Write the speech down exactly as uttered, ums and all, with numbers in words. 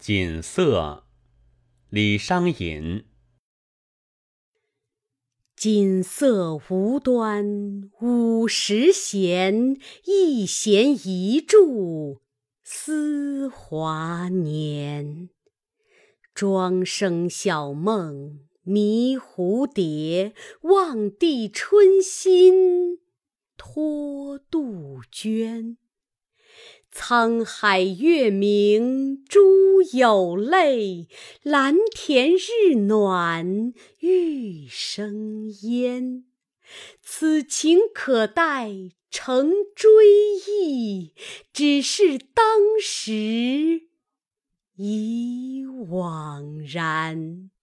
锦瑟，李商隐。 锦瑟无端五十弦，一弦一柱思华年。庄生晓梦迷蝴蝶，望帝春心托杜鹃。沧海月明珠有泪，蓝田日暖玉生烟。此情可待成追忆，只是当时已惘然。